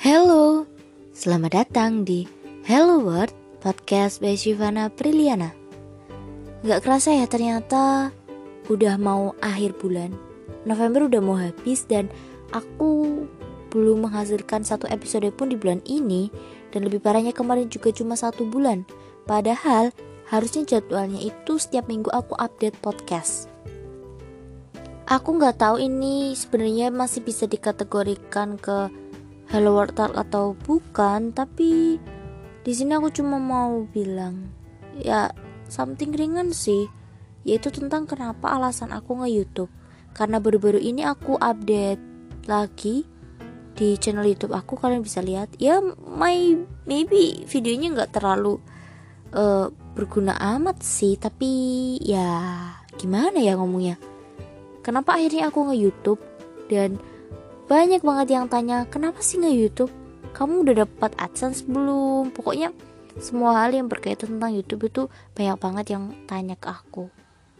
Halo, selamat datang di Hello World Podcast by Shivana Priliana. Gak kerasa ya ternyata udah mau akhir bulan. November udah mau habis dan aku belum menghasilkan satu episode pun di bulan ini. Dan lebih parahnya kemarin juga cuma 1 bulan. Padahal harusnya jadwalnya itu setiap minggu aku update podcast. Aku gak tahu ini sebenarnya masih bisa dikategorikan ke Hello World Talk atau bukan, tapi di sini aku cuma mau bilang ya something ringan sih, yaitu tentang kenapa alasan aku nge-YouTube. Karena baru-baru ini aku update lagi di channel YouTube aku, kalian bisa lihat. Ya maybe videonya nggak terlalu berguna amat sih, tapi ya gimana ya ngomongnya. Kenapa akhirnya aku nge-YouTube dan banyak banget yang tanya, kenapa sih nge-YouTube? Kamu udah dapat AdSense belum? Pokoknya semua hal yang berkaitan tentang YouTube itu banyak banget yang tanya ke aku.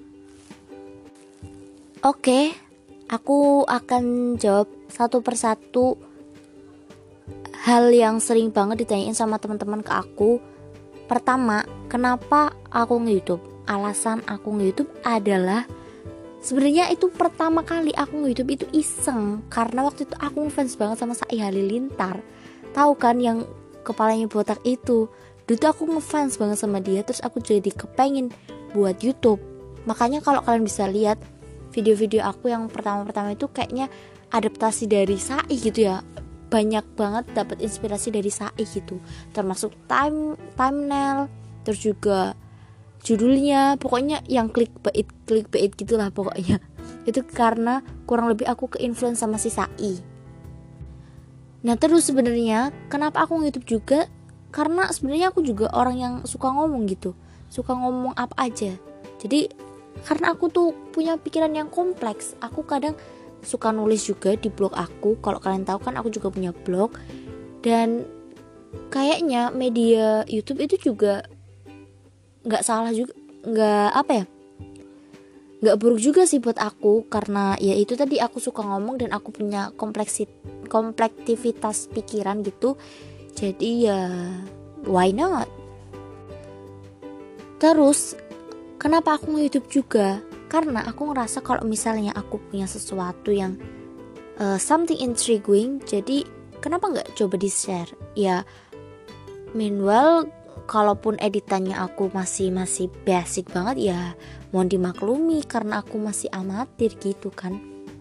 Oke, aku akan jawab satu persatu hal yang sering banget ditanyain sama teman-teman ke aku. Pertama, kenapa aku nge-YouTube? Alasan aku nge-YouTube adalah sebenarnya itu pertama kali aku nge-YouTube itu iseng, karena waktu itu aku ngefans banget sama Sai Halilintar. Tahu kan yang kepalanya botak itu? Dulu tuh aku ngefans banget sama dia, terus aku jadi kepengen buat YouTube. Makanya kalau kalian bisa lihat video-video aku yang pertama-pertama itu kayaknya adaptasi dari Sai gitu ya. Banyak banget dapat inspirasi dari Sai gitu. Termasuk thumbnail, terus juga judulnya, pokoknya yang clickbait gitulah pokoknya. Itu karena kurang lebih aku ke-influence sama si Sai. Nah terus sebenarnya kenapa aku nge-YouTube juga, karena sebenarnya aku juga orang yang suka ngomong gitu, suka ngomong apa aja. Jadi karena aku tuh punya pikiran yang kompleks, aku kadang suka nulis juga di blog aku. Kalau kalian tahu kan aku juga punya blog. Dan kayaknya media YouTube itu juga nggak salah juga, nggak buruk juga sih buat aku, karena ya itu tadi aku suka ngomong dan aku punya komplektivitas pikiran gitu. Jadi ya why not. Terus kenapa aku nge-YouTube juga, karena aku ngerasa kalau misalnya aku punya sesuatu yang something intriguing, jadi kenapa nggak coba di share ya. Meanwhile kalaupun editannya aku masih basic banget ya mohon dimaklumi, karena aku masih amatir gitu kan.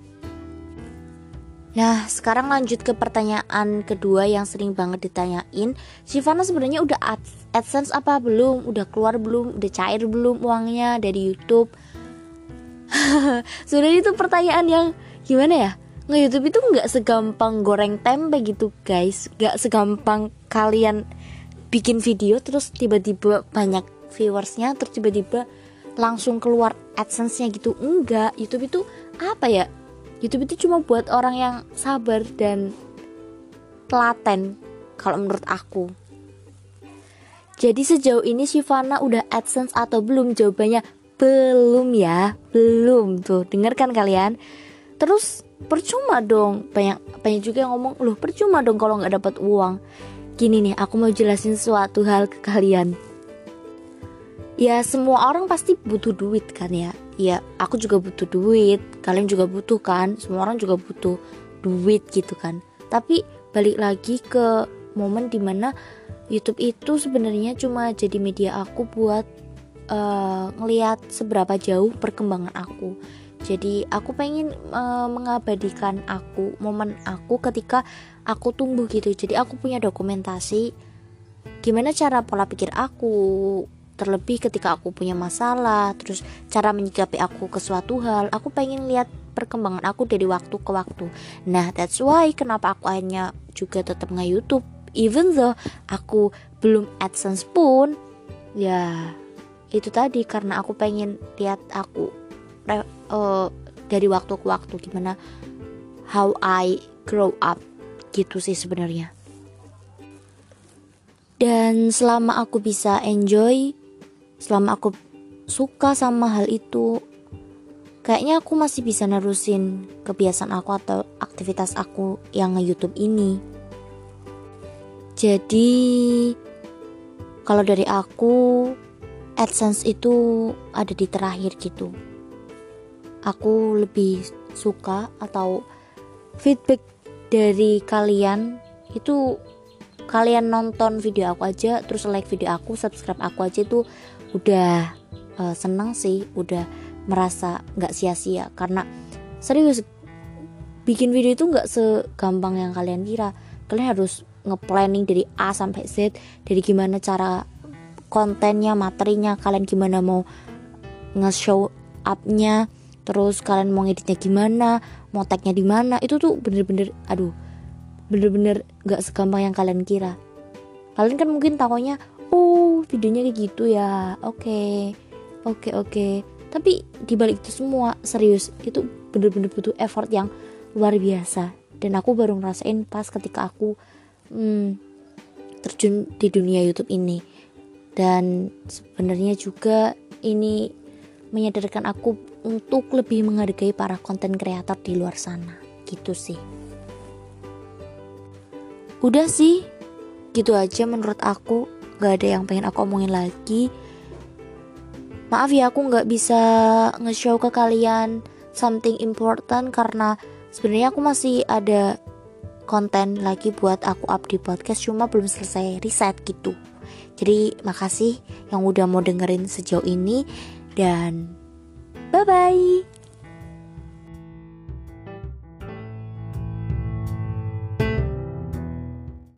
Nah sekarang lanjut ke pertanyaan kedua yang sering banget ditanyain, Shivana sebenarnya udah AdSense apa belum? Udah keluar belum? Udah cair belum uangnya dari YouTube? Sebenarnya itu pertanyaan yang gimana ya, nge-YouTube itu gak segampang goreng tempe gitu guys. Gak segampang kalian bikin video terus tiba-tiba banyak viewersnya, terus tiba-tiba langsung keluar AdSense-nya gitu. Enggak, YouTube itu apa ya, YouTube itu cuma buat orang yang sabar dan telaten kalau menurut aku. Jadi sejauh ini Shivana udah AdSense atau belum? Jawabannya belum ya, belum. Tuh dengarkan kalian. Terus percuma dong, banyak juga yang ngomong, loh percuma dong kalau nggak dapat uang. Gini nih, aku mau jelasin suatu hal ke kalian. Ya semua orang pasti butuh duit kan ya. Ya aku juga butuh duit, kalian juga butuh kan, semua orang juga butuh duit gitu kan. Tapi balik lagi ke momen dimana YouTube itu sebenarnya cuma jadi media aku buat ngelihat seberapa jauh perkembangan aku. Jadi aku pengen mengabadikan momen aku ketika aku tumbuh gitu. Jadi aku punya dokumentasi gimana cara pola pikir aku, terlebih ketika aku punya masalah, terus cara menyikapi aku ke suatu hal. Aku pengen lihat perkembangan aku dari waktu ke waktu. Nah that's why kenapa aku akhirnya juga tetap nge-YouTube, even though aku belum AdSense pun. Ya itu tadi, karena aku pengen lihat aku dari waktu ke waktu gimana how I grow up gitu sih sebenarnya. Dan selama aku bisa enjoy, selama aku suka sama hal itu, kayaknya aku masih bisa nerusin kebiasaan aku atau aktivitas aku yang nge-YouTube ini. Jadi kalau dari aku, AdSense itu ada di terakhir gitu. Aku lebih suka atau feedback dari kalian itu, kalian nonton video aku aja, terus like video aku, subscribe aku aja itu udah senang sih, udah merasa gak sia-sia. Karena serius, bikin video itu gak segampang yang kalian kira. Kalian harus nge-planning dari A sampai Z, dari gimana cara kontennya, materinya, kalian gimana mau nge-show up-nya, terus kalian mau ngeditnya gimana, mau tag-nya di mana. Itu tuh bener-bener bener-bener gak segampang yang kalian kira. Kalian kan mungkin tahunya, oh videonya kayak gitu ya, oke. Tapi dibalik itu semua, serius, itu bener-bener butuh effort yang luar biasa. Dan aku baru ngerasain pas ketika aku terjun di dunia YouTube ini. Dan sebenarnya juga ini menyadarkan aku untuk lebih menghargai para konten kreator di luar sana, gitu sih. Udah sih, gitu aja menurut aku. Gak ada yang pengen aku omongin lagi. Maaf ya, aku gak bisa nge-show ke kalian something important karena sebenarnya aku masih ada konten lagi buat aku up di podcast, cuma belum selesai riset gitu. Jadi makasih yang udah mau dengerin sejauh ini, dan bye bye.